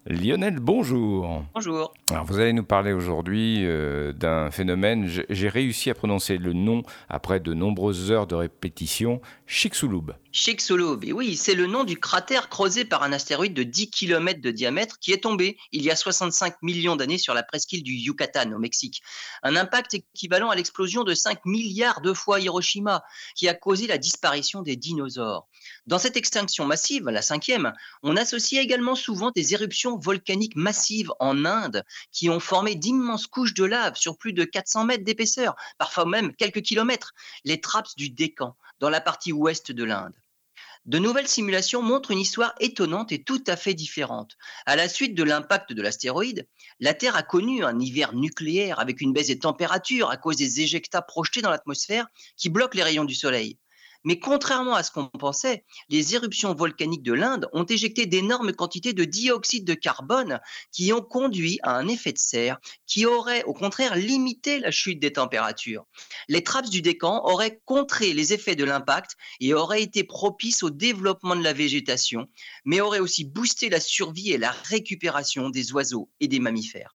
Lionel, bonjour. Bonjour. Alors, vous allez nous parler aujourd'hui d'un phénomène, j'ai réussi à prononcer le nom après de nombreuses heures de répétition, Chicxulub. Chicxulub, et oui, c'est le nom du cratère creusé par un astéroïde de 10 kilomètres de diamètre qui est tombé il y a 65 millions d'années sur la presqu'île du Yucatan au Mexique. Un impact équivalent à l'explosion de 5 milliards de fois Hiroshima qui a causé la disparition des dinosaures. Dans cette extinction massive, la cinquième, on associe également souvent des éruptions volcaniques massives en Inde qui ont formé d'immenses couches de lave sur plus de 400 mètres d'épaisseur, parfois même quelques kilomètres, les trappes du Décan, dans la partie ouest de l'Inde. De nouvelles simulations montrent une histoire étonnante et tout à fait différente. À la suite de l'impact de l'astéroïde, la Terre a connu un hiver nucléaire avec une baisse des températures à cause des éjectats projetés dans l'atmosphère qui bloquent les rayons du Soleil. Mais contrairement à ce qu'on pensait, les éruptions volcaniques de l'Inde ont éjecté d'énormes quantités de dioxyde de carbone qui ont conduit à un effet de serre qui aurait au contraire limité la chute des températures. Les trappes du Décan auraient contré les effets de l'impact et auraient été propices au développement de la végétation, mais auraient aussi boosté la survie et la récupération des oiseaux et des mammifères.